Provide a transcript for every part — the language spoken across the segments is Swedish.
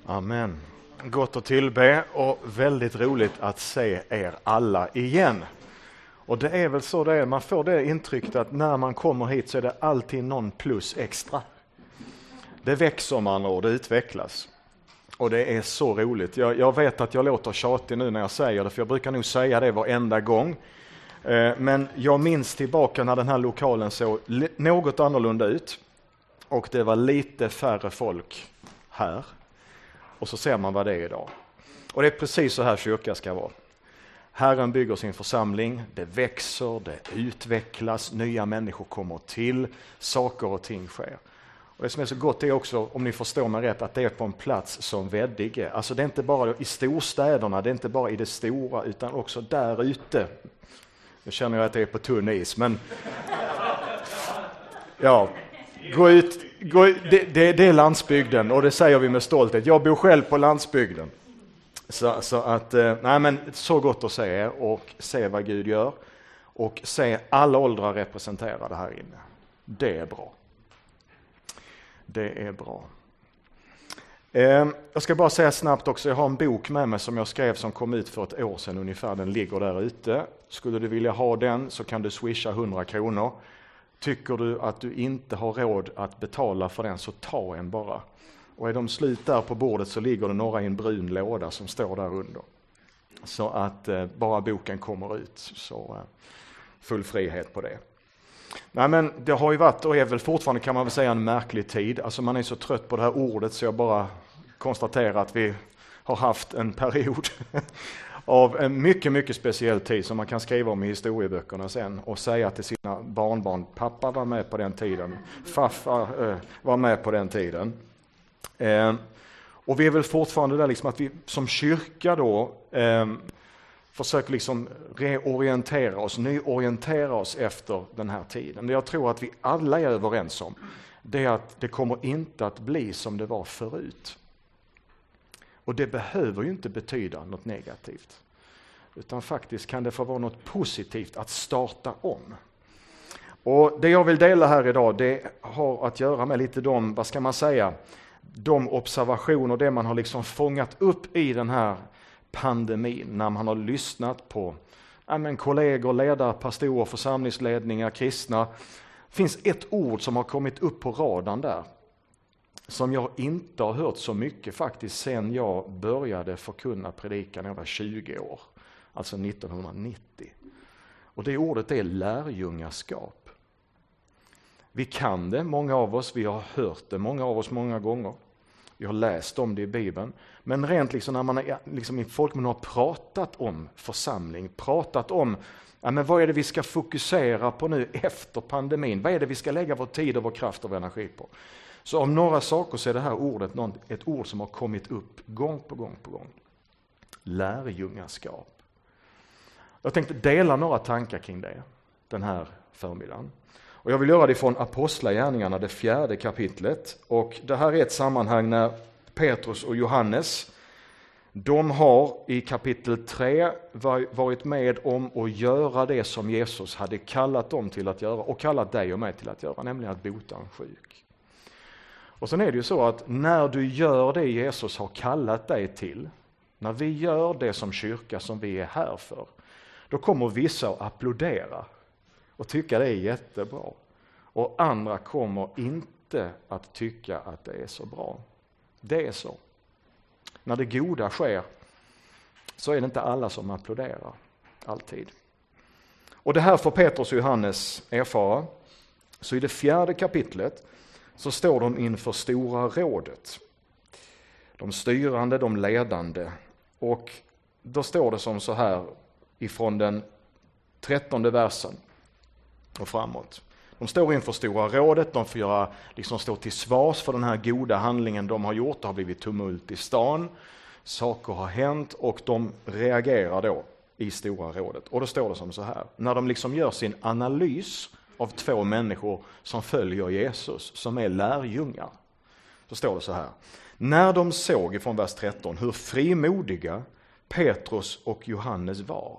Amen. Gott att tillbe och väldigt roligt att se er alla igen. Och det är väl så det är, man får det intrycket att när man kommer hit så är det alltid någon plus extra. Det växer man och det utvecklas. Och det är så roligt. Jag vet att jag låter tjatig nu när jag säger det, för jag brukar nog säga det varenda gång. Men jag minns tillbaka när den här lokalen såg något annorlunda ut. Och det var lite färre folk här. Och så ser man vad det är idag. Och det är precis så här kyrka ska vara. Herren bygger sin församling, det växer, det utvecklas, nya människor kommer till, saker och ting sker. Och det som är så gott är också, om ni förstår mig rätt, att det är på en plats som Veddige. Alltså det är inte bara i storstäderna, det är inte bara i det stora, utan också där ute. Nu känner jag att det är på tunn is, men ja, gå ut, det är landsbygden och det säger vi med stolthet. Jag bor själv på landsbygden. Så att, nej men så gott att se er och se vad Gud gör och se alla åldrar representerade här inne. Det är bra. Det är bra. Jag ska bara säga snabbt också, jag har en bok med mig som jag skrev som kom ut för ett år sedan ungefär. Den ligger där ute. Skulle du vilja ha den så kan du swisha 100 kronor. Tycker du att du inte har råd att betala för den så ta en bara. Och är de slut där på bordet så ligger det några i en brun låda som står där under. Så att bara boken kommer ut så full frihet på det. Nej men det har ju varit och är väl fortfarande kan man väl säga en märklig tid. Alltså man är så trött på det här ordet så jag bara konstaterar att vi har haft en period av en mycket, mycket speciell tid som man kan skriva om i historieböckerna sen och säga till sina barnbarn, pappa var med på den tiden, farfar var med på den tiden. Och vi är väl fortfarande där liksom att vi som kyrka då försöker liksom reorientera oss, nyorientera oss efter den här tiden. Det jag tror att vi alla är överens om, det är att det kommer inte att bli som det var förut. Och det behöver ju inte betyda något negativt. Utan faktiskt kan det få vara något positivt att starta om. Och det jag vill dela här idag, det har att göra med lite vad ska man säga, de observationer, det man har liksom fångat upp i den här pandemin, när man har lyssnat på kollegor, ledare, pastorer, församlingsledningar, kristna. Det finns ett ord som har kommit upp på radarn där, som jag inte har hört så mycket faktiskt sen jag började förkunna predikan när jag var 20 år, alltså 1990. Och det ordet är lärjungaskap. Vi kan det, många av oss, vi har hört det, många av oss många gånger. Vi har läst om det i Bibeln. Men rent liksom när man liksom i folkmun har pratat om församling, pratat om men vad är det vi ska fokusera på nu efter pandemin? Vad är det vi ska lägga vår tid och vår kraft och energi på? Så om några saker så är det här ordet ett ord som har kommit upp gång på gång på gång. Lärjungaskap. Jag tänkte dela några tankar kring det den här förmiddagen. Och jag vill göra det från Apostlagärningarna, det 4:e kapitlet. Och det här är ett sammanhang när Petrus och Johannes, de har i kapitel 3 varit med om att göra det som Jesus hade kallat dem till att göra och kallat dig och mig till att göra, nämligen att bota en sjuk. Och sen är det ju så att när du gör det Jesus har kallat dig till, när vi gör det som kyrka som vi är här för, då kommer vissa att applådera och tycka det är jättebra. Och andra kommer inte att tycka att det är så bra. Det är så. När det goda sker så är det inte alla som applåderar alltid. Och det här får Petrus och Johannes erfara. Så i det 4:e kapitlet så står de inför Stora rådet. De styrande, de ledande. Och då står det som så här ifrån den 13:e versen och framåt. De står inför Stora rådet, de får liksom stå till svars för den här goda handlingen de har gjort. Det har blivit tumult i stan, saker har hänt och de reagerar då i Stora rådet. Och då står det som så här, när de liksom gör sin analys av 2 människor som följer Jesus, som är lärjungar, så står det så här. När de såg ifrån vers 13 hur frimodiga Petrus och Johannes var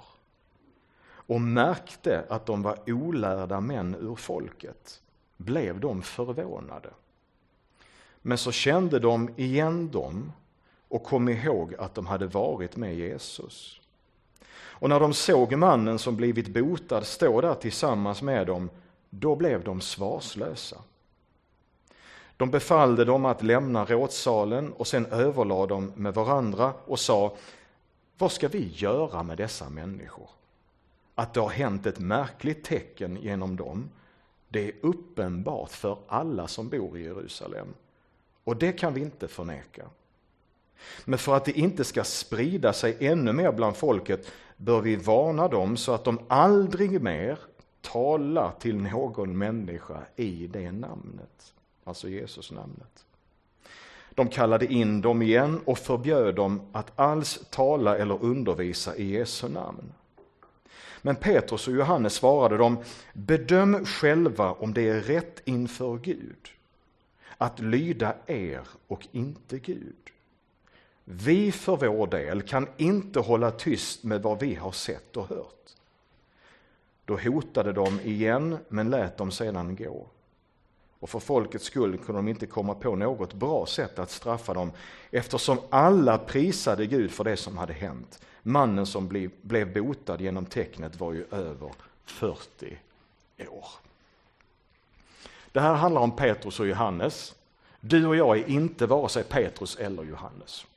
och märkte att de var olärda män ur folket, blev de förvånade. Men så kände de igen dem och kom ihåg att de hade varit med Jesus. Och när de såg mannen som blivit botad stå där tillsammans med dem, då blev de svarslösa. De befallde dem att lämna rådsalen och sen överlade de med varandra och sa: vad ska vi göra med dessa människor? Att det har hänt ett märkligt tecken genom dem, det är uppenbart för alla som bor i Jerusalem. Och det kan vi inte förneka. Men för att det inte ska sprida sig ännu mer bland folket bör vi varna dem så att de aldrig mer talar till någon människa i det namnet. Alltså Jesus namnet. De kallade in dem igen och förbjöd dem att alls tala eller undervisa i Jesu namn. Men Petrus och Johannes svarade dem: bedöm själva om det är rätt inför Gud att lyda er och inte Gud. Vi för vår del kan inte hålla tyst med vad vi har sett och hört. Då hotade de igen, men lät dem sedan gå. Och för folkets skull kunde de inte komma på något bra sätt att straffa dem, eftersom alla prisade Gud för det som hade hänt. Mannen som blev botad genom tecknet var ju över 40 år. Det här handlar om Petrus och Johannes. Du och jag är inte vare sig Petrus eller Johannes.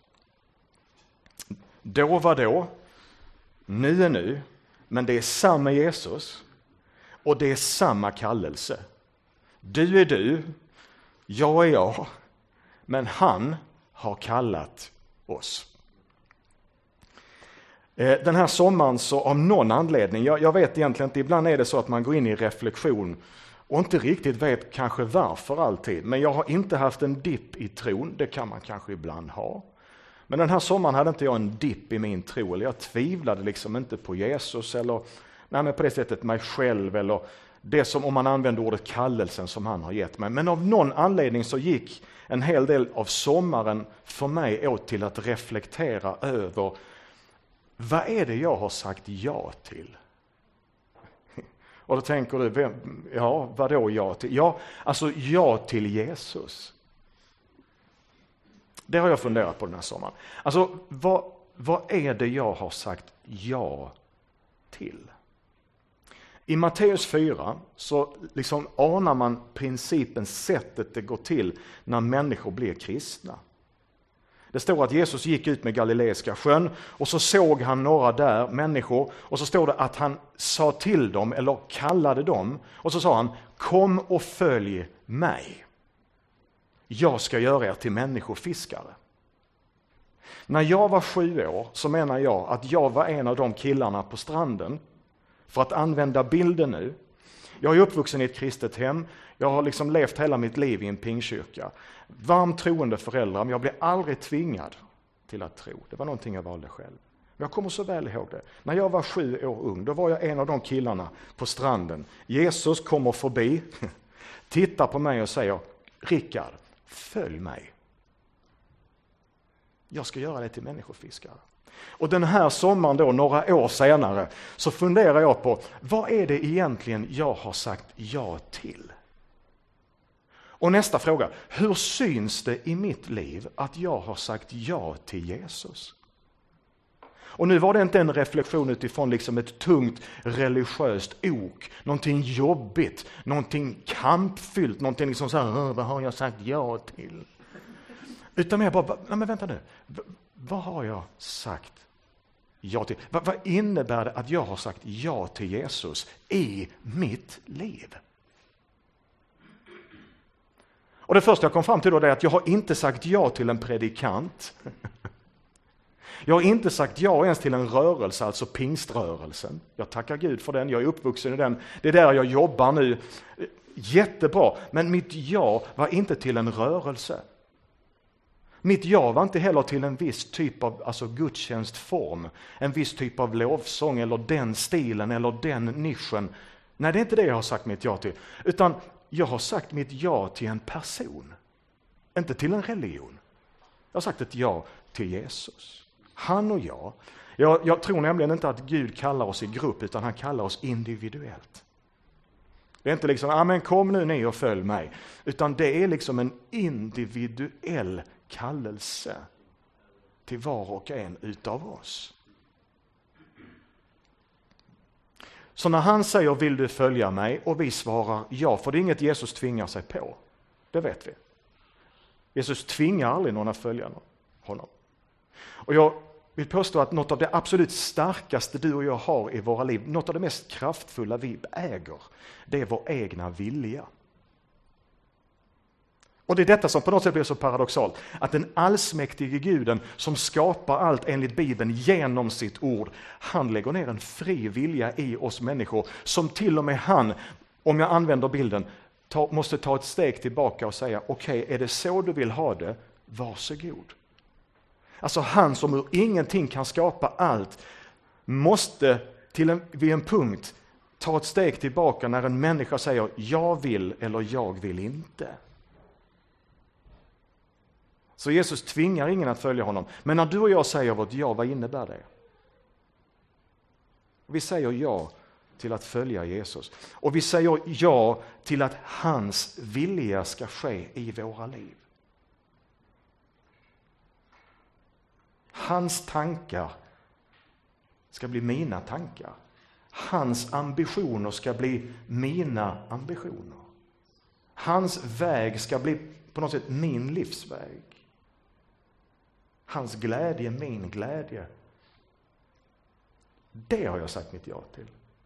Då var då, nu är nu, men det är samma Jesus och det är samma kallelse. Du är du, jag är jag, men han har kallat oss. Den här sommaren så av någon anledning, jag vet egentligen inte, ibland är det så att man går in i reflektion och inte riktigt vet kanske varför alltid. Men jag har inte haft en dipp i tron, det kan man kanske ibland ha. Men den här sommaren hade inte jag en dipp i min tro, eller jag tvivlade liksom inte på Jesus eller men på det sättet mig själv eller det som, om man använder ordet kallelsen som han har gett mig. Men av någon anledning så gick en hel del av sommaren för mig åt till att reflektera över vad är det jag har sagt ja till? Och då tänker du, vad då ja till? Ja, alltså ja till Jesus. Det har jag funderat på den här sommaren. Alltså, vad är det jag har sagt ja till? I Matteus 4 så liksom anar man principen, sättet det går till när människor blir kristna. Det står att Jesus gick ut med Galileiska sjön och så såg han några där, människor, och så står det att han sa till dem eller kallade dem och så sa han: kom och följ mig. Jag ska göra er till människofiskare. När jag var 7 år så menar jag att jag var en av de killarna på stranden. För att använda bilden nu. Jag är uppvuxen i ett kristet hem. Jag har liksom levt hela mitt liv i en pingkyrka. Varmt troende föräldrar, men jag blev aldrig tvingad till att tro. Det var någonting jag valde själv. Men jag kommer så väl ihåg det. När jag var 7 år ung, då var jag en av de killarna på stranden. Jesus kommer förbi, tittar på mig och säger: Rickard, följ mig. Jag ska göra det till människofiskare. Och den här sommaren då, några år senare, så funderar jag på vad är det egentligen jag har sagt ja till? Och nästa fråga, hur syns det i mitt liv att jag har sagt ja till Jesus? Och nu var det inte en reflektion utifrån liksom ett tungt religiöst ok, någonting jobbigt, någonting kampfyllt, någonting liksom så här, vad har jag sagt ja till? Utan mer bara, nej men vänta nu, vad har jag sagt ja till? Vad innebär det att jag har sagt ja till Jesus i mitt liv? Och det första jag kom fram till då är att jag har inte sagt ja till en predikant. Jag har inte sagt ja ens till en rörelse, alltså pingströrelsen. Jag tackar Gud för den, jag är uppvuxen i den. Det är där jag jobbar nu. Jättebra, men mitt ja var inte till en rörelse. Mitt ja var inte heller till en viss typ av gudstjänstform, en viss typ av lovsång eller den stilen eller den nischen. Nej, det är inte det jag har sagt mitt ja till. Utan jag har sagt mitt ja till en person, inte till en religion. Jag har sagt ett ja till Jesus. Han och jag tror nämligen inte att Gud kallar oss i grupp, utan han kallar oss individuellt. Det är inte liksom, men kom nu ner och följ mig. Utan det är liksom en individuell kallelse. till var och en utav oss. Så när han säger vill du följa mig och vi svarar ja, för det är inget Jesus tvingar sig på. Det vet vi. Jesus tvingar aldrig någon att följa honom. Och jag vill påstå att något av det absolut starkaste du och jag har i våra liv, något av det mest kraftfulla vi äger, det är vår egna vilja. Och det är detta som på något sätt blir så paradoxalt, att den allsmäktige Guden som skapar allt enligt Bibeln genom sitt ord, han lägger ner en fri vilja i oss människor som till och med han, om jag använder bilden, måste ta ett steg tillbaka och säga okej, är det så du vill ha det? Varsågod. Alltså han som ur ingenting kan skapa allt måste vid en punkt ta ett steg tillbaka när en människa säger jag vill eller jag vill inte. Så Jesus tvingar ingen att följa honom. Men när du och jag säger vårt ja, vad innebär det? Vi säger ja till att följa Jesus. Och vi säger ja till att hans vilja ska ske i våra liv. Hans tankar ska bli mina tankar. Hans ambitioner ska bli mina ambitioner. Hans väg ska bli på något sätt min livsväg. Hans glädje, min glädje. Det har jag sagt mitt ja till.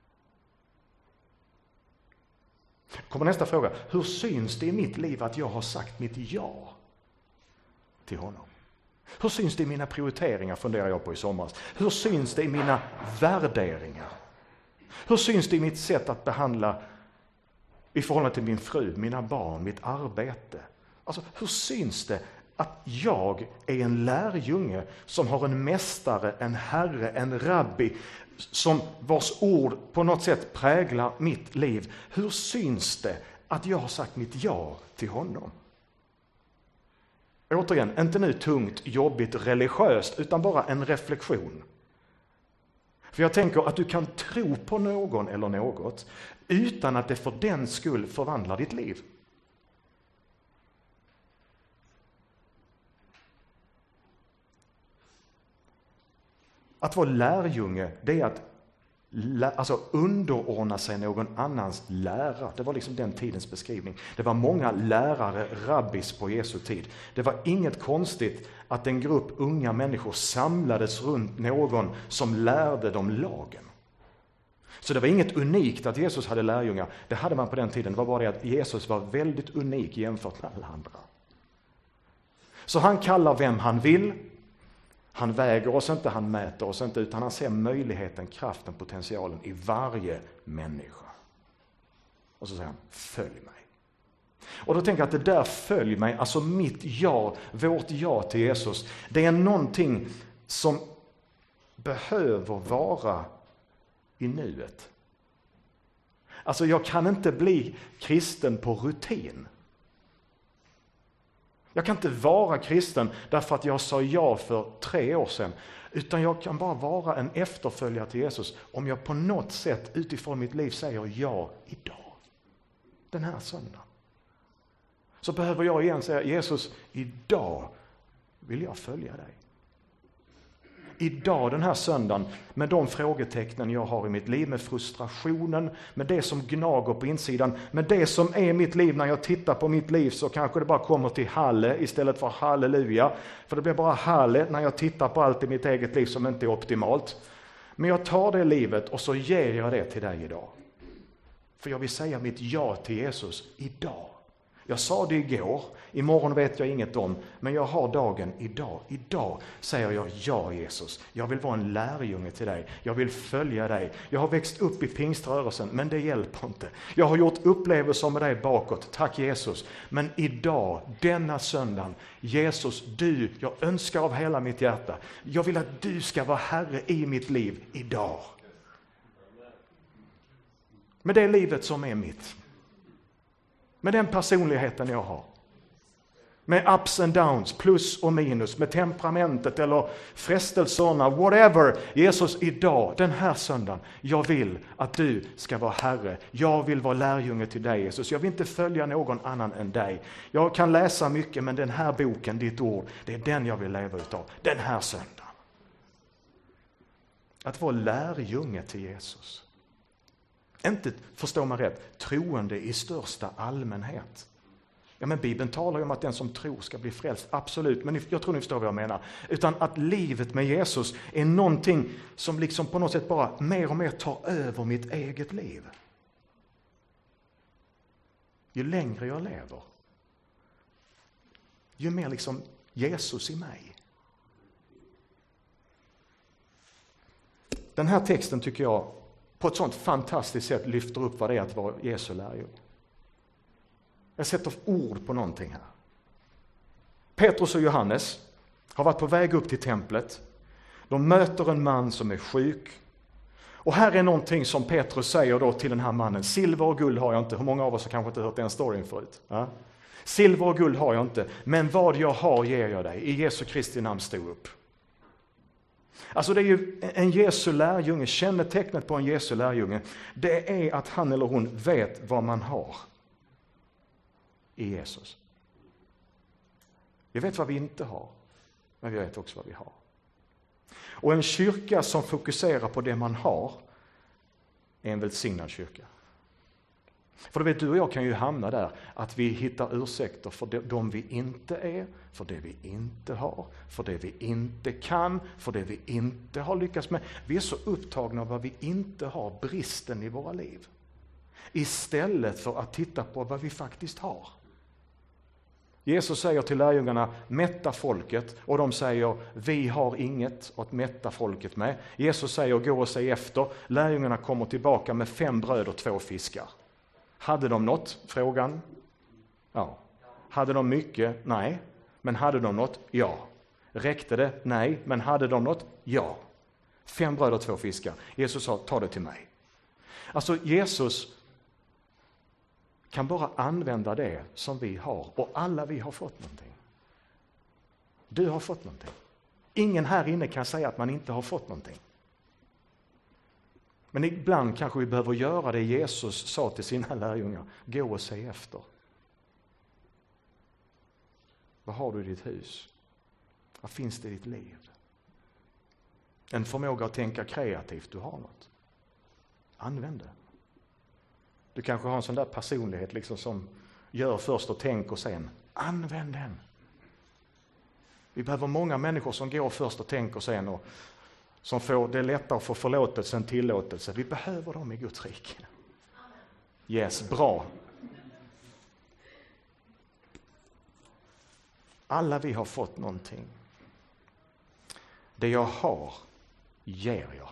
Kommer nästa fråga. Hur syns det i mitt liv att jag har sagt mitt ja till honom? Hur syns det i mina prioriteringar, funderar jag på i somras. Hur syns det i mina värderingar? Hur syns det i mitt sätt att behandla i förhållande till min fru, mina barn, mitt arbete? Alltså, hur syns det att jag är en lärjunge som har en mästare, en herre, en rabbi som vars ord på något sätt präglar mitt liv? Hur syns det att jag har sagt mitt ja till honom? Återigen, inte nu tungt, jobbigt, religiöst, utan bara en reflektion. För jag tänker att du kan tro på någon eller något utan att det för den skull förvandlar ditt liv. Att vara lärjunge, det är att underordna sig någon annans lära. Det var liksom den tidens beskrivning. Det var många lärare, rabbis på Jesu tid. Det var inget konstigt att en grupp unga människor samlades runt någon som lärde dem lagen. Så det var inget unikt att Jesus hade lärjungar. Det hade man på den tiden. Det var bara det att Jesus var väldigt unik jämfört med alla andra. Så han kallar vem han vill. Han väger oss inte, han mäter oss inte, utan han ser möjligheten, kraften, potentialen i varje människa. Och så säger han, följ mig. Och då tänker jag att det där följ mig, alltså mitt ja, vårt ja till Jesus, det är någonting som behöver vara i nuet. Alltså jag kan inte bli kristen på rutin. Jag kan inte vara kristen därför att jag sa ja för 3 år sedan, utan jag kan bara vara en efterföljare till Jesus om jag på något sätt utifrån mitt liv säger ja idag, den här söndagen. Så behöver jag igen säga, Jesus, idag vill jag följa dig. Idag, den här söndagen, med de frågetecknen jag har i mitt liv, med frustrationen, med det som gnager på insidan, med det som är mitt liv. När jag tittar på mitt liv så kanske det bara kommer till halle istället för halleluja. För det blir bara halle när jag tittar på allt i mitt eget liv som inte är optimalt. Men jag tar det livet och så ger jag det till dig idag. För jag vill säga mitt ja till Jesus idag. Jag sa det igår, imorgon vet jag inget om, men jag har dagen idag. Idag säger jag ja Jesus, jag vill vara en lärjunge till dig, jag vill följa dig. Jag har växt upp i pingströrelsen, men det hjälper inte. Jag har gjort upplevelser med dig bakåt, tack Jesus. Men idag, denna söndagen, Jesus, jag önskar av hela mitt hjärta, jag vill att du ska vara Herre i mitt liv idag. Med det livet som är mitt. Med den personligheten jag har. Med ups and downs, plus och minus, med temperamentet eller frestelserna, whatever. Jesus, idag, den här söndagen, jag vill att du ska vara Herre. Jag vill vara lärjunge till dig, Jesus. Jag vill inte följa någon annan än dig. Jag kan läsa mycket, men den här boken, ditt ord, det är den jag vill leva utav. Den här söndagen. Att vara lärjunge till Jesus. Inte, förstår man rätt, troende i största allmänhet. Ja, men Bibeln talar ju om att den som tror ska bli frälst. Absolut, men jag tror ni förstår vad jag menar. Utan att livet med Jesus är någonting som liksom på något sätt bara mer och mer tar över mitt eget liv. Ju längre jag lever, ju mer liksom Jesus i mig. Den här texten tycker jag på ett sånt fantastiskt sätt lyfter upp vad det är att vara Jesu lärjunge. Jag sätter ord på någonting här. Petrus och Johannes har varit på väg upp till templet. De möter en man som är sjuk. Och här är någonting som Petrus säger då till den här mannen. Silver och guld har jag inte. Hur många av oss har kanske inte hört den storyn förut? Ja? Silver och guld har jag inte. Men vad jag har ger jag dig. I Jesu Kristi namn stå upp. Alltså det är ju en Jesu lärjunge. Kännetecknet på en Jesu lärjunge. Det är att han eller hon vet vad man har. I Jesus. Vi vet vad vi inte har, men vi vet också vad vi har. Och en kyrka som fokuserar på det man har är en välsignad kyrka. För du vet, du och jag kan ju hamna där att vi hittar ursäkter för de vi inte är, för det vi inte har, för det vi inte kan, för det vi inte har lyckats med. Vi är så upptagna av vad vi inte har, bristen i våra liv. Istället för att titta på vad vi faktiskt har. Jesus säger till lärjungarna, mätta folket, och de säger, vi har inget att mätta folket med. Jesus säger, gå och se efter. Lärjungarna kommer tillbaka med 5 bröd och 2 fiskar. Hade de något? Frågan? Ja. Hade de mycket? Nej. Men hade de något? Ja. Räckte det? Nej. Men hade de något? Ja. 5 bröd och 2 fiskar. Jesus sa, ta det till mig. Alltså Jesus kan bara använda det som vi har. Och alla vi har fått någonting. Du har fått någonting. Ingen här inne kan säga att man inte har fått någonting. Men ibland kanske vi behöver göra det Jesus sa till sina lärjungar. Gå och se efter. Vad har du i ditt hus? Vad finns det i ditt liv? En förmåga att tänka kreativt. Du har något. Använd det. Du kanske har en sån där personlighet liksom som gör först och tänk och sen. Använd den. Vi behöver många människor som går först och tänker och sen och som får det lättare att få förlåtelse än tillåtelse. Vi behöver dem i Guds rike. Yes, bra. Alla vi har fått någonting. Det jag har ger jag.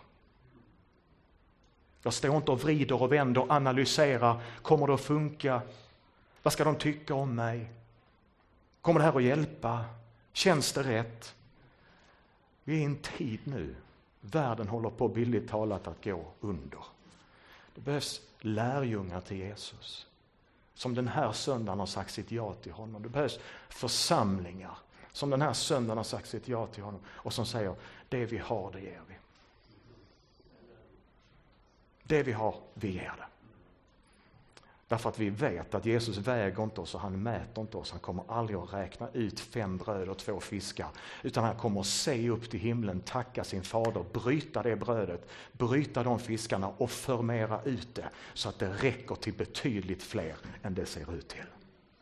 Jag står inte och vrider och vänder och analyserar. Kommer det att funka? Vad ska de tycka om mig? Kommer det här att hjälpa? Känns det rätt? Vi är i en tid nu. Världen håller på billigt talat att gå under. Det behövs lärjungar till Jesus. Som den här söndagen har sagt sitt ja till honom. Det behövs församlingar som den här söndagen har sagt sitt ja till honom. Och som säger, det vi har, det ger vi. Det vi har, vi ger det. Därför att vi vet att Jesus väger inte oss och han mäter inte oss. Han kommer aldrig att räkna ut 5 bröd och 2 fiskar. Utan han kommer att se upp till himlen, tacka sin fader, bryta det brödet, bryta de fiskarna och förmera ut det. Så att det räcker till betydligt fler än det ser ut till.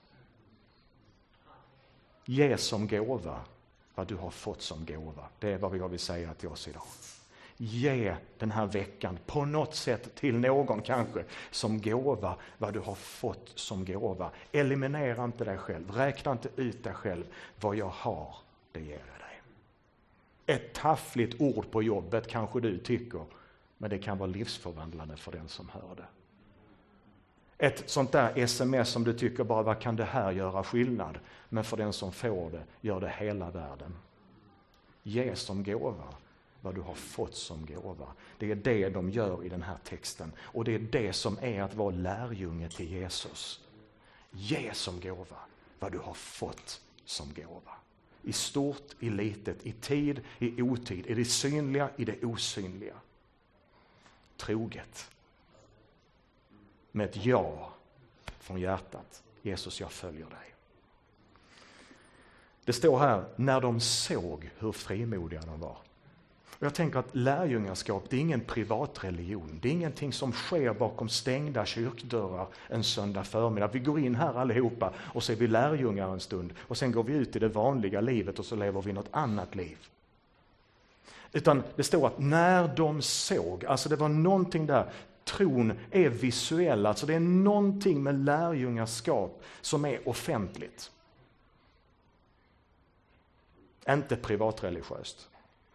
Ge som gåva vad du har fått som gåva. Det är vad jag vill säga till oss idag. Ge den här veckan på något sätt till någon kanske som gåva vad du har fått som gåva. Eliminera inte dig själv. Räkna inte ut dig själv. Vad jag har, det ger jag dig. Ett taffligt ord på jobbet kanske du tycker, men det kan vara livsförvandlande för den som hör det. Ett sånt där sms som du tycker bara, vad kan det här göra skillnad? Men för den som får det, gör det hela världen. Ge som gåva vad du har fått som gåva. Det är det de gör i den här texten. Och det är det som är att vara lärjunge till Jesus. Ge som gåva vad du har fått som gåva. I stort, i litet, i tid, i otid, i det synliga, i det osynliga. Troget. Med ett ja från hjärtat. Jesus, jag följer dig. Det står här, när de såg hur frimodiga de var. Och jag tänker att lärjungaskap, det är ingen privat religion. Det är ingenting som sker bakom stängda kyrkdörrar en söndag förmiddag. Vi går in här allihopa och så är vi lärjungar en stund. Och sen går vi ut i det vanliga livet och så lever vi något annat liv. Utan det står att när de såg, alltså det var någonting där. Tron är visuell, alltså det är någonting med lärjungaskap som är offentligt. Inte privatreligiöst.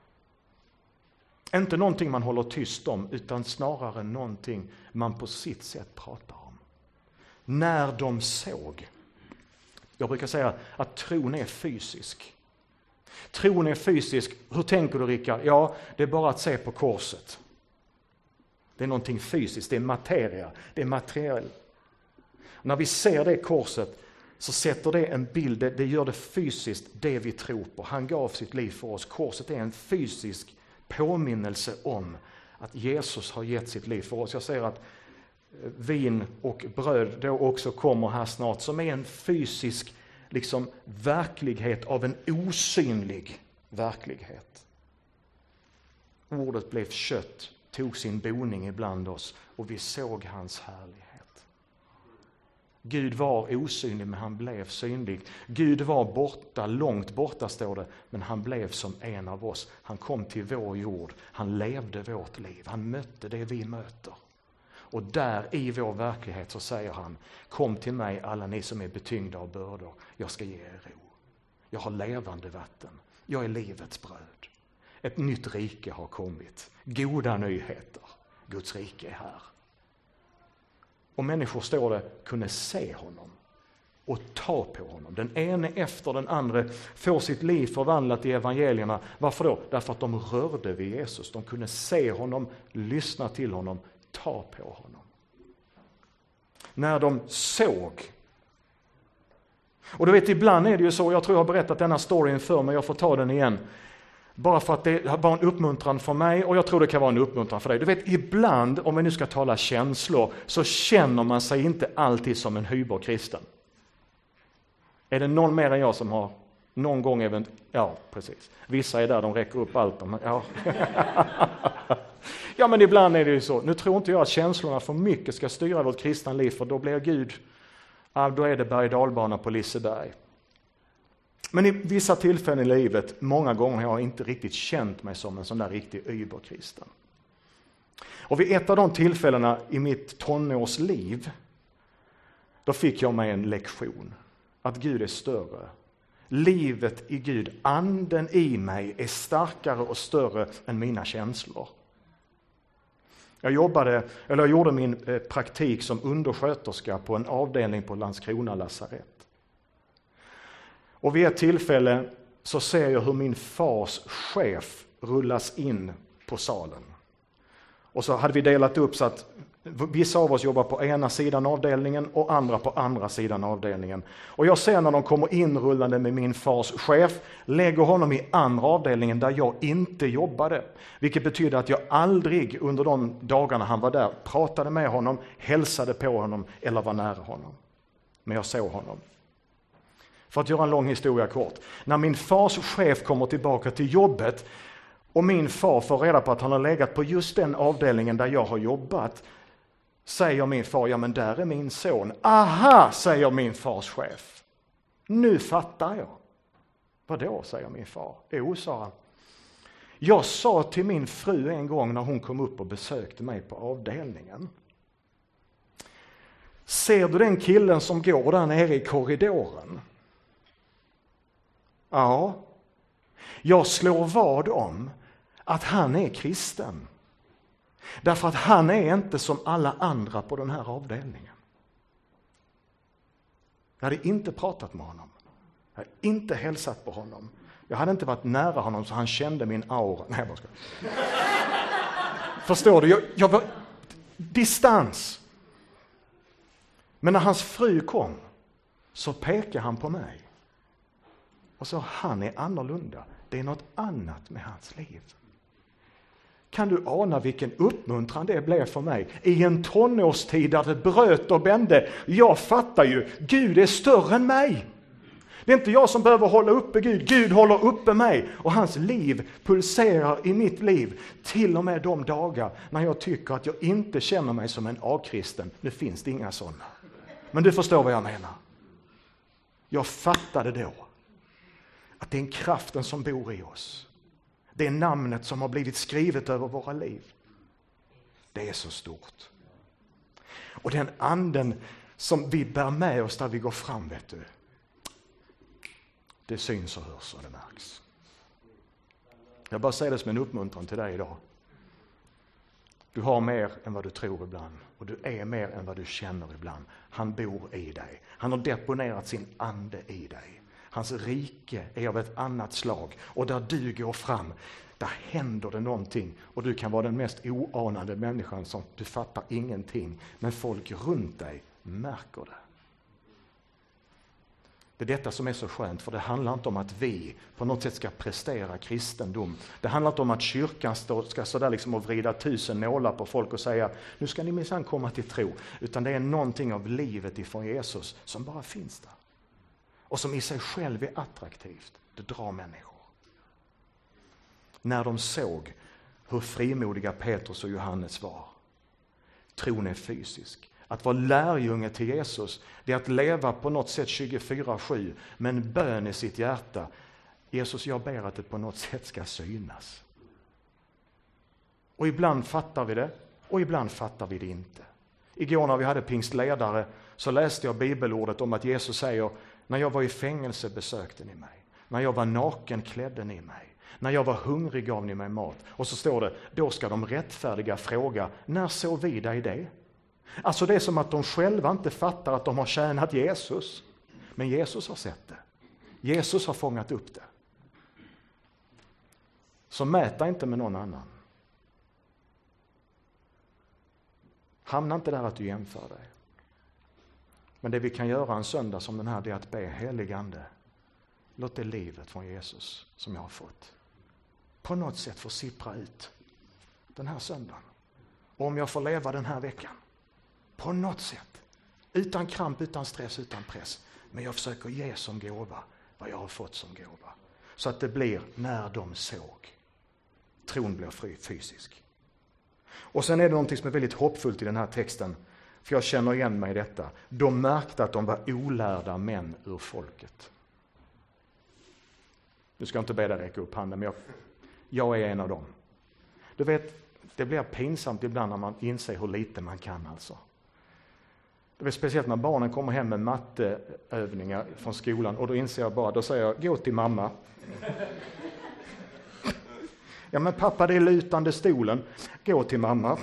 Inte någonting man håller tyst om, utan snarare någonting man på sitt sätt pratar om. När de såg. Jag brukar säga att tron är fysisk. Tron är fysisk. Hur tänker du, Rickard? Ja, det är bara att se på korset. Det är någonting fysiskt, det är materia, det är materiell. När vi ser det korset så sätter det en bild, det gör det fysiskt, det vi tror på. Han gav sitt liv för oss. Korset är en fysisk påminnelse om att Jesus har gett sitt liv för oss. Jag säger att vin och bröd då också kommer här snart, som är en fysisk verklighet av en osynlig verklighet. Ordet blev kött, tog sin boning ibland oss och vi såg hans härlighet. Gud var osynlig men han blev synlig. Gud var borta, långt borta står det, men han blev som en av oss. Han kom till vår jord, han levde vårt liv, han mötte det vi möter. Och där i vår verklighet så säger han, kom till mig alla ni som är betyngda av bördor, jag ska ge er ro. Jag har levande vatten, jag är livets bröd. Ett nytt rike har kommit, goda nyheter, Guds rike är här. Och människor, står det, kunde se honom och ta på honom. Den ene efter den andra får sitt liv förvandlat i evangelierna. Varför då? Därför att de rörde vid Jesus. De kunde se honom, lyssna till honom, ta på honom. När de såg. Och du vet, ibland är det ju så, jag tror jag har berättat denna storyn för men jag får ta den igen. Bara för att det var en uppmuntran för mig och jag tror det kan vara en uppmuntran för dig. Du vet, ibland, om vi nu ska tala känslor, så känner man sig inte alltid som en hyberkristen. Är det någon mer än jag som har någon gång ja, precis. Vissa är där, de räcker upp allt. Ja. Ja, men ibland är det ju så. Nu tror inte jag att känslorna för mycket ska styra vårt kristna liv, för då blir Gud, då är det berg- och dalbana på Liseberg. Men i vissa tillfällen i livet, många gånger har jag inte riktigt känt mig som en sån där riktig überkristen. Och vid ett av de tillfällena i mitt tonårsliv, då fick jag mig en lektion. Att Gud är större. Livet i Gud, anden i mig är starkare och större än mina känslor. Jag gjorde min praktik som undersköterska på en avdelning på Landskrona lasarett. Och vid ett tillfälle så ser jag hur min fars chef rullas in på salen. Och så hade vi delat upp så att vissa av oss jobbar på ena sidan avdelningen och andra på andra sidan avdelningen. Och jag ser när de kommer in rullande med min fars chef, lägger honom i andra avdelningen där jag inte jobbade. Vilket betyder att jag aldrig under de dagarna han var där pratade med honom, hälsade på honom eller var nära honom. Men jag såg honom. För att göra en lång historia kort. När min fars chef kommer tillbaka till jobbet och min far får reda på att han har legat på just den avdelningen där jag har jobbat, säger min far, ja men där är min son. Aha, säger min fars chef. Nu fattar jag. Vadå, säger min far. Jo, sa han. Jag sa till min fru en gång när hon kom upp och besökte mig på avdelningen. Ser du den killen som går där nere i korridoren? Ja. Jag slår vad om att han är kristen. Därför att han är inte som alla andra på den här avdelningen. Jag hade inte pratat med honom. Jag hade inte hälsat på honom. Jag hade inte varit nära honom så han kände min aura. Nej, jag ska. Förstår du? Jag var distans. Men när hans fru kom så pekade han på mig. Och så han är annorlunda. Det är något annat med hans liv. Kan du ana vilken uppmuntran det blev för mig? I en tonårstid där det bröt och bände. Jag fattar ju, Gud är större än mig. Det är inte jag som behöver hålla uppe Gud. Gud håller uppe mig. Och hans liv pulserar i mitt liv. Till och med de dagar när jag tycker att jag inte känner mig som en A-kristen. Nu finns det inga sådana. Men du förstår vad jag menar. Jag fattade då att det är en kraften som bor i oss. Det är namnet som har blivit skrivet över våra liv. Det är så stort. Och den anden som vi bär med oss där vi går fram, vet du. Det syns och hörs och det märks. Jag bara säger det som en uppmuntran till dig idag. Du har mer än vad du tror ibland. Och du är mer än vad du känner ibland. Han bor i dig. Han har deponerat sin ande i dig. Hans rike är av ett annat slag. Och där du går fram, där händer det någonting. Och du kan vara den mest oanade människan som du fattar ingenting. Men folk runt dig märker det. Det är detta som är så skönt, för det handlar inte om att vi på något sätt ska prestera kristendom. Det handlar inte om att kyrkan ska sådär liksom och vrida 1000 nålar på folk och säga nu ska ni minsann komma till tro. Utan det är någonting av livet ifrån Jesus som bara finns där. Och som i sig själv är attraktivt. Det drar människor. När de såg hur frimodiga Petrus och Johannes var. Tron är fysisk. Att vara lärjunge till Jesus, det är att leva på något sätt 24/7 med en bön i sitt hjärta. Jesus, jag ber att det på något sätt ska synas. Och ibland fattar vi det och ibland fattar vi det inte. Igår när vi hade pingstledare så läste jag bibelordet om att Jesus säger: när jag var i fängelse besökte ni mig. När jag var naken klädde ni mig. När jag var hungrig gav ni mig mat. Och så står det, då ska de rättfärdiga fråga, när såg vi dig det? Alltså det är som att de själva inte fattar att de har tjänat Jesus. Men Jesus har sett det. Jesus har fångat upp det. Så mäta inte med någon annan. Hamna inte där att du jämför dig. Men det vi kan göra en söndag som den här, det är att be helig ande. Låt det livet från Jesus som jag har fått på något sätt få sippra ut den här söndagen. Och om jag får leva den här veckan. På något sätt. Utan kramp, utan stress, utan press. Men jag försöker ge som gåva vad jag har fått som gåva. Så att det blir när de såg. Tron blir fysisk. Och sen är det någonting som är väldigt hoppfullt i den här texten. För jag känner igen mig i detta. De märkte att de var olärda män ur folket. Du ska inte be dig räcka upp handen, men jag är en av dem. Du vet, det blir pinsamt ibland när man inser hur lite man kan alltså. Det är speciellt när barnen kommer hem med matteövningar från skolan och då inser jag bara, då säger jag, gå till mamma. Ja men pappa, det är lutande stolen. Gå till mamma.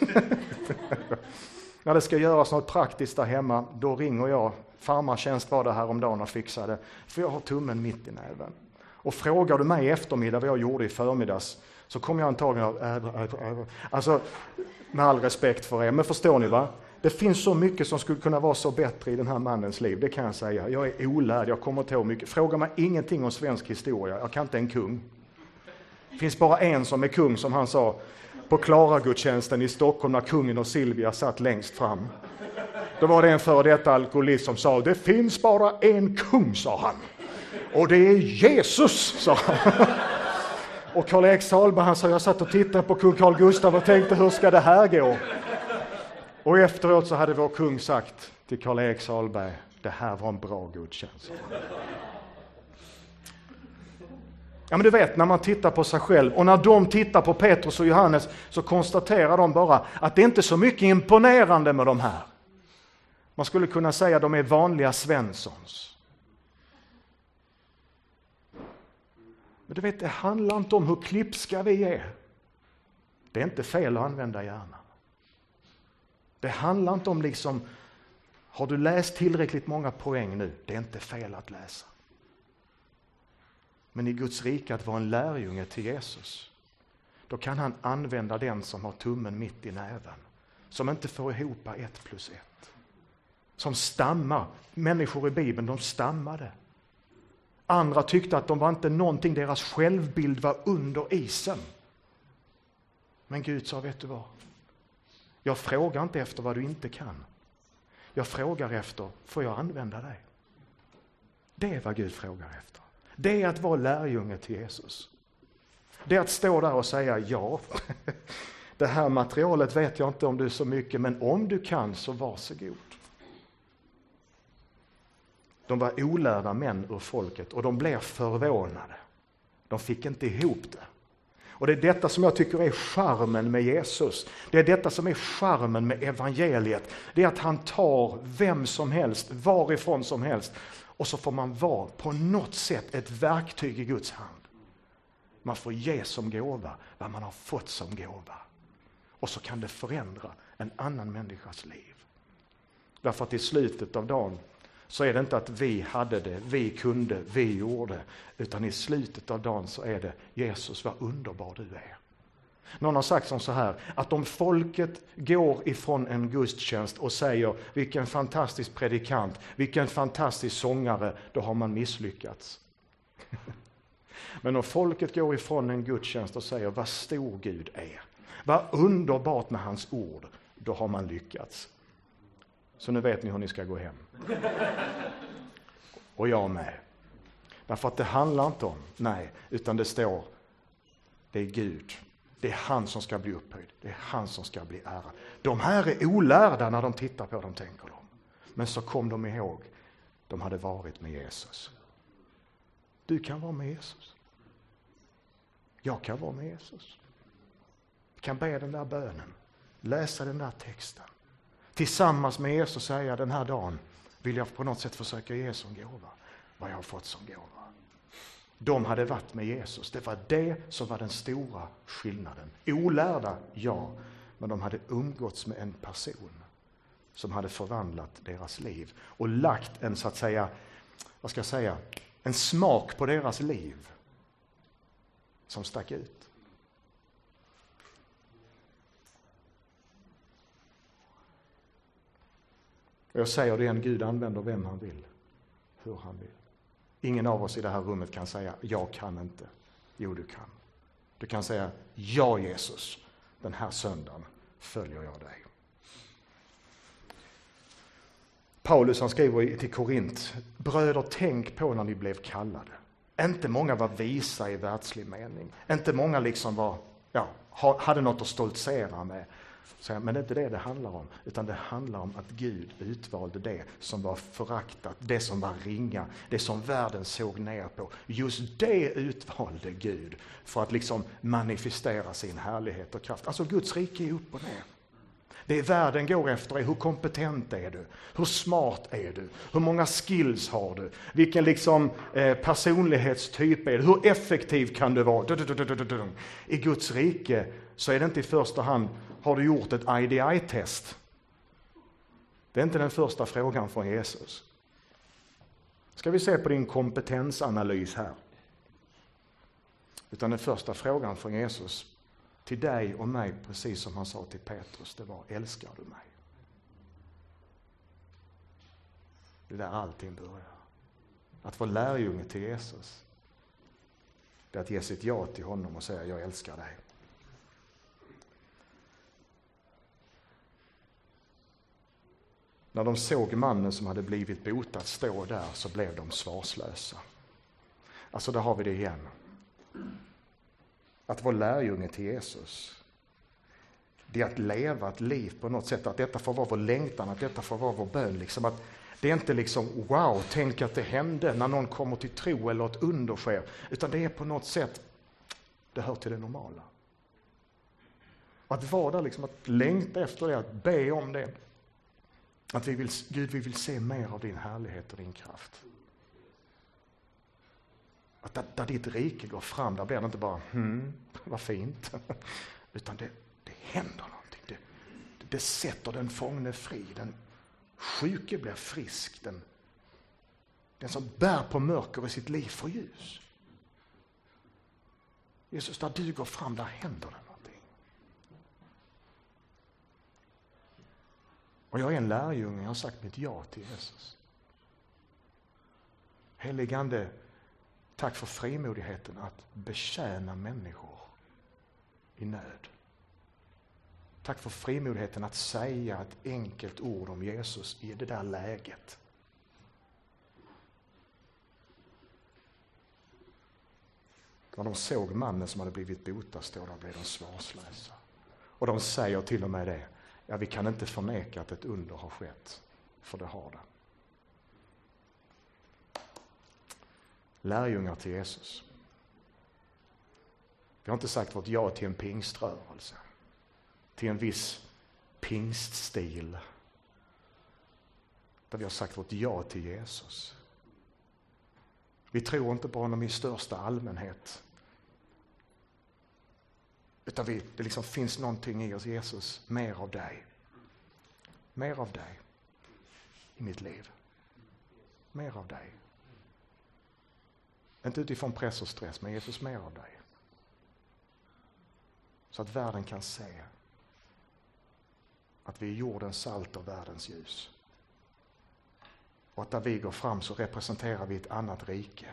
När det ska göras något praktiskt där hemma, då ringer jag. Farmartjänst var det här om dagen och fixade. För jag har tummen mitt i näven. Och frågar du mig i eftermiddag vad jag gjorde i förmiddags, så kommer jag antagligen alltså med all respekt för er. Men förstår ni va? Det finns så mycket som skulle kunna vara så bättre i den här mannens liv, det kan jag säga. Jag är olärd, jag kommer att ta mycket. Fråga mig ingenting om svensk historia, jag kan inte en kung. Det finns bara en som är kung, som han sa på Klara-gudstjänsten i Stockholm när kungen och Silvia satt längst fram. Då var det en före detta alkoholist som sa, det finns bara en kung, sa han. Och det är Jesus, sa han. Och Karl-Erik Salberg, han sa, jag satt och tittade på kung Carl Gustaf och tänkte, hur ska det här gå? Och efteråt så hade vår kung sagt till Karl-Erik Salberg, det här var en bra gudstjänst. Ja men du vet, när man tittar på sig själv och när de tittar på Petrus och Johannes så konstaterar de bara att det inte är så mycket imponerande med de här. Man skulle kunna säga att de är vanliga Svenssons. Men du vet, det handlar inte om hur klipska vi är. Det är inte fel att använda hjärnan. Det handlar inte om liksom, har du läst tillräckligt många poäng nu? Det är inte fel att läsa. Men i Guds rike att vara en lärjunge till Jesus, då kan han använda den som har tummen mitt i näven. Som inte får ihop 1 + 1. Som stammar. Människor i Bibeln, de stammade. Andra tyckte att de var inte någonting, deras självbild var under isen. Men Gud sa, vet du vad? Jag frågar inte efter vad du inte kan. Jag frågar efter, får jag använda dig? Det är vad Gud frågar efter. Det är att vara lärjunge till Jesus. Det är att stå där och säga, ja, det här materialet vet jag inte om du är så mycket, men om du kan så varsågod. De var olärda män ur folket och de blev förvånade. De fick inte ihop det. Och det är detta som jag tycker är charmen med Jesus. Det är detta som är charmen med evangeliet. Det är att han tar vem som helst, varifrån som helst. Och så får man vara på något sätt ett verktyg i Guds hand. Man får ge som gåva vad man har fått som gåva. Och så kan det förändra en annan människas liv. Därför att i slutet av dagen så är det inte att vi hade det, vi kunde, vi gjorde. Utan i slutet av dagen så är det, Jesus, vad underbar du är. Någon har sagt som så här, att om folket går ifrån en gudstjänst och säger, vilken fantastisk predikant, vilken fantastisk sångare, då har man misslyckats. Men om folket går ifrån en gudstjänst och säger, vad stor Gud är, vad underbart med hans ord, då har man lyckats. Så nu vet ni hur ni ska gå hem. Och jag med. Därför att det handlar inte om, nej, utan det står, det är Gud. Det är han som ska bli upphöjd. Det är han som ska bli ärad. De här är olärda när de tittar på dem, tänker de. Men så kom de ihåg, de hade varit med Jesus. Du kan vara med Jesus. Jag kan vara med Jesus. Jag kan be den där bönen. Läsa den där texten. Tillsammans med Jesus säga, den här dagen vill jag på något sätt försöka ge som gåva vad jag har fått som gåva. De hade varit med Jesus. Det var det som var den stora skillnaden. Olärda, ja, men de hade umgåtts med en person som hade förvandlat deras liv och lagt en, så att säga, vad ska jag säga, en smak på deras liv som stack ut. Och jag säger det igen, Gud använder vem han vill, hur han vill. Ingen av oss i det här rummet kan säga, jag kan inte. Jo, du kan. Du kan säga, ja Jesus, den här söndagen följer jag dig. Paulus, han skriver till Korint, bröder, tänk på när ni blev kallade. Inte många var visa i världslig mening. Inte många liksom var, hade något att stoltsera med. Men det är inte det det handlar om, utan det handlar om att Gud utvalde det som var föraktat, det som var ringa, det som världen såg ner på. Just det utvalde Gud för att liksom manifestera sin härlighet och kraft. Alltså Guds rike är upp och ner. Det världen går efter är, hur kompetent är du? Hur smart är du? Hur många skills har du? Vilken liksom personlighetstyp är du? Hur effektiv kan du vara? I Guds rike så är det inte i första hand, har du gjort ett IDI-test? Det är inte den första frågan från Jesus. Ska vi se på din kompetensanalys här? Utan den första frågan från Jesus till dig och mig, precis som han sa till Petrus, det var, älskar du mig? Det är där allting börjar. Att vara lärjunge till Jesus, det är att ge sitt ja till honom och säga, jag älskar dig. När de såg mannen som hade blivit botad stå där så blev de svarslösa. Alltså där har vi det igen. Att vara lärjunge till Jesus, det är att leva ett liv på något sätt. Att detta får vara vår längtan, att detta får vara vår bön. Liksom att det är inte liksom, wow, tänk att det hände när någon kommer till tro eller ett under sker. Utan det är på något sätt, det hör till det normala. Att vara där, liksom, att längta efter det, att be om det. Att Gud, vi vill se mer av din härlighet och din kraft. Att där ditt rike går fram, där blir det inte bara, vad fint. Utan det händer någonting. Det sätter den fångne fri. Den sjuke blir frisk. Den som bär på mörker i sitt liv får ljus. Jesus, där du går fram, där händer det någonting. Och jag är en lärjunge, jag har sagt mitt ja till Jesus. Helige Ande, Tack för frimodigheten att betjäna människor i nöd. Tack för frimodigheten att säga ett enkelt ord om Jesus i det där läget. När de såg mannen som hade blivit botad stå där blev de svarslösa. Och de säger till och med det. Ja, vi kan inte förneka att ett under har skett. För det har det. Lärjungar till Jesus. Vi har inte sagt vårt ja till en pingströrelse. Till en viss pingststil. Där vi har sagt vårt ja till Jesus. Vi tror inte på honom i största allmänhet. Utan det liksom finns någonting i oss, Jesus, mer av dig. Mer av dig i mitt liv. Mer av dig. Inte utifrån press och stress, men Jesus, mer av dig. Så att världen kan se att vi är jordens salt och världens ljus. Och att där vi går fram så representerar vi ett annat rike.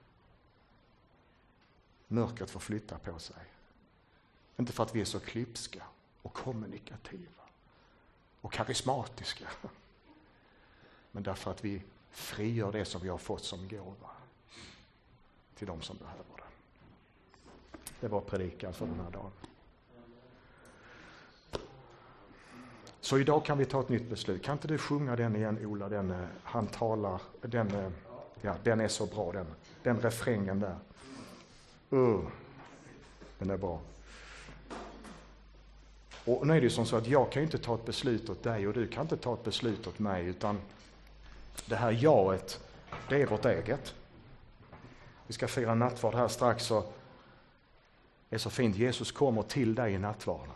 Mörkret får flytta på sig. Inte för att vi är så klipska och kommunikativa och karismatiska. Men därför att vi frigör det som vi har fått som gåva till de som behöver det. Det var predikan för den här dagen. Så idag kan vi ta ett nytt beslut. Kan inte du sjunga den igen, Ola? Han talar, den är så bra, den refrängen där. Den är bra. Och nu är det som så att jag kan inte ta ett beslut åt dig och du kan inte ta ett beslut åt mig, utan det här jaet, det är vårt eget. Vi ska fira nattvard här strax och det är så fint. Jesus kommer till dig i nattvarden.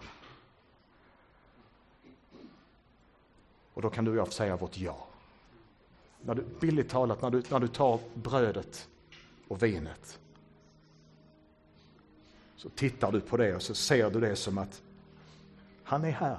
Och då kan du och jag säga vårt ja. Billigt talat, när du tar brödet och vinet så tittar du på det och så ser du det som att han är här.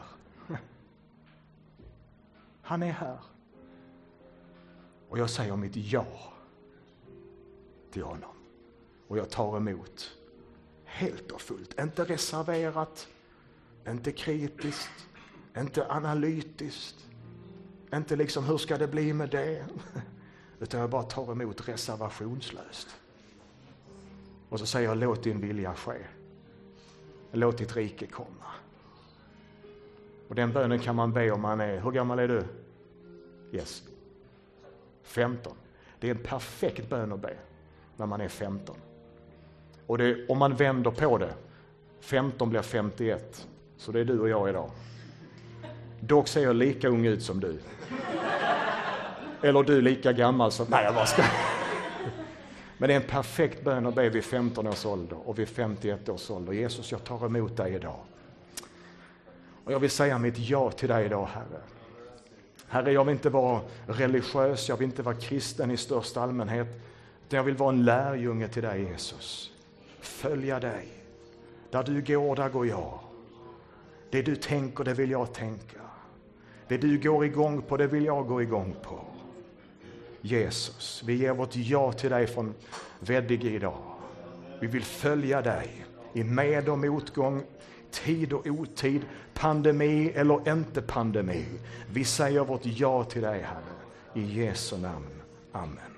Han är här. Och jag säger mitt ja till honom. Och jag tar emot helt och fullt. Inte reserverat, inte kritiskt, inte analytiskt. Inte liksom, hur ska det bli med det? Utan jag bara tar emot reservationslöst. Och så säger jag, låt din vilja ske. Låt ditt rike komma. Och den bönen kan man be om man är, hur gammal är du? Yes. 15. Det är en perfekt bön att be när man är 15. Och om man vänder på det, 15 blir 51. Så det är du och jag idag. Dock ser jag lika ung ut som du. Eller du lika gammal som... Nej, jag bara ska. Men det är en perfekt bön att be vid 15 års ålder och vid 51 års ålder. Jesus, jag tar emot dig idag. Och jag vill säga mitt ja till dig idag, Herre. Herre, jag vill inte vara religiös, jag vill inte vara kristen i största allmänhet. Utan jag vill vara en lärjunge till dig, Jesus. Följa dig. Där du går, där går jag. Det du tänker, det vill jag tänka. Det du går igång på, det vill jag gå igång på. Jesus, vi ger vårt ja till dig från Veddige idag. Vi vill följa dig i med- och motgång, tid och otid, pandemi eller inte pandemi. Vi säger vårt ja till dig, Herre. I Jesu namn. Amen.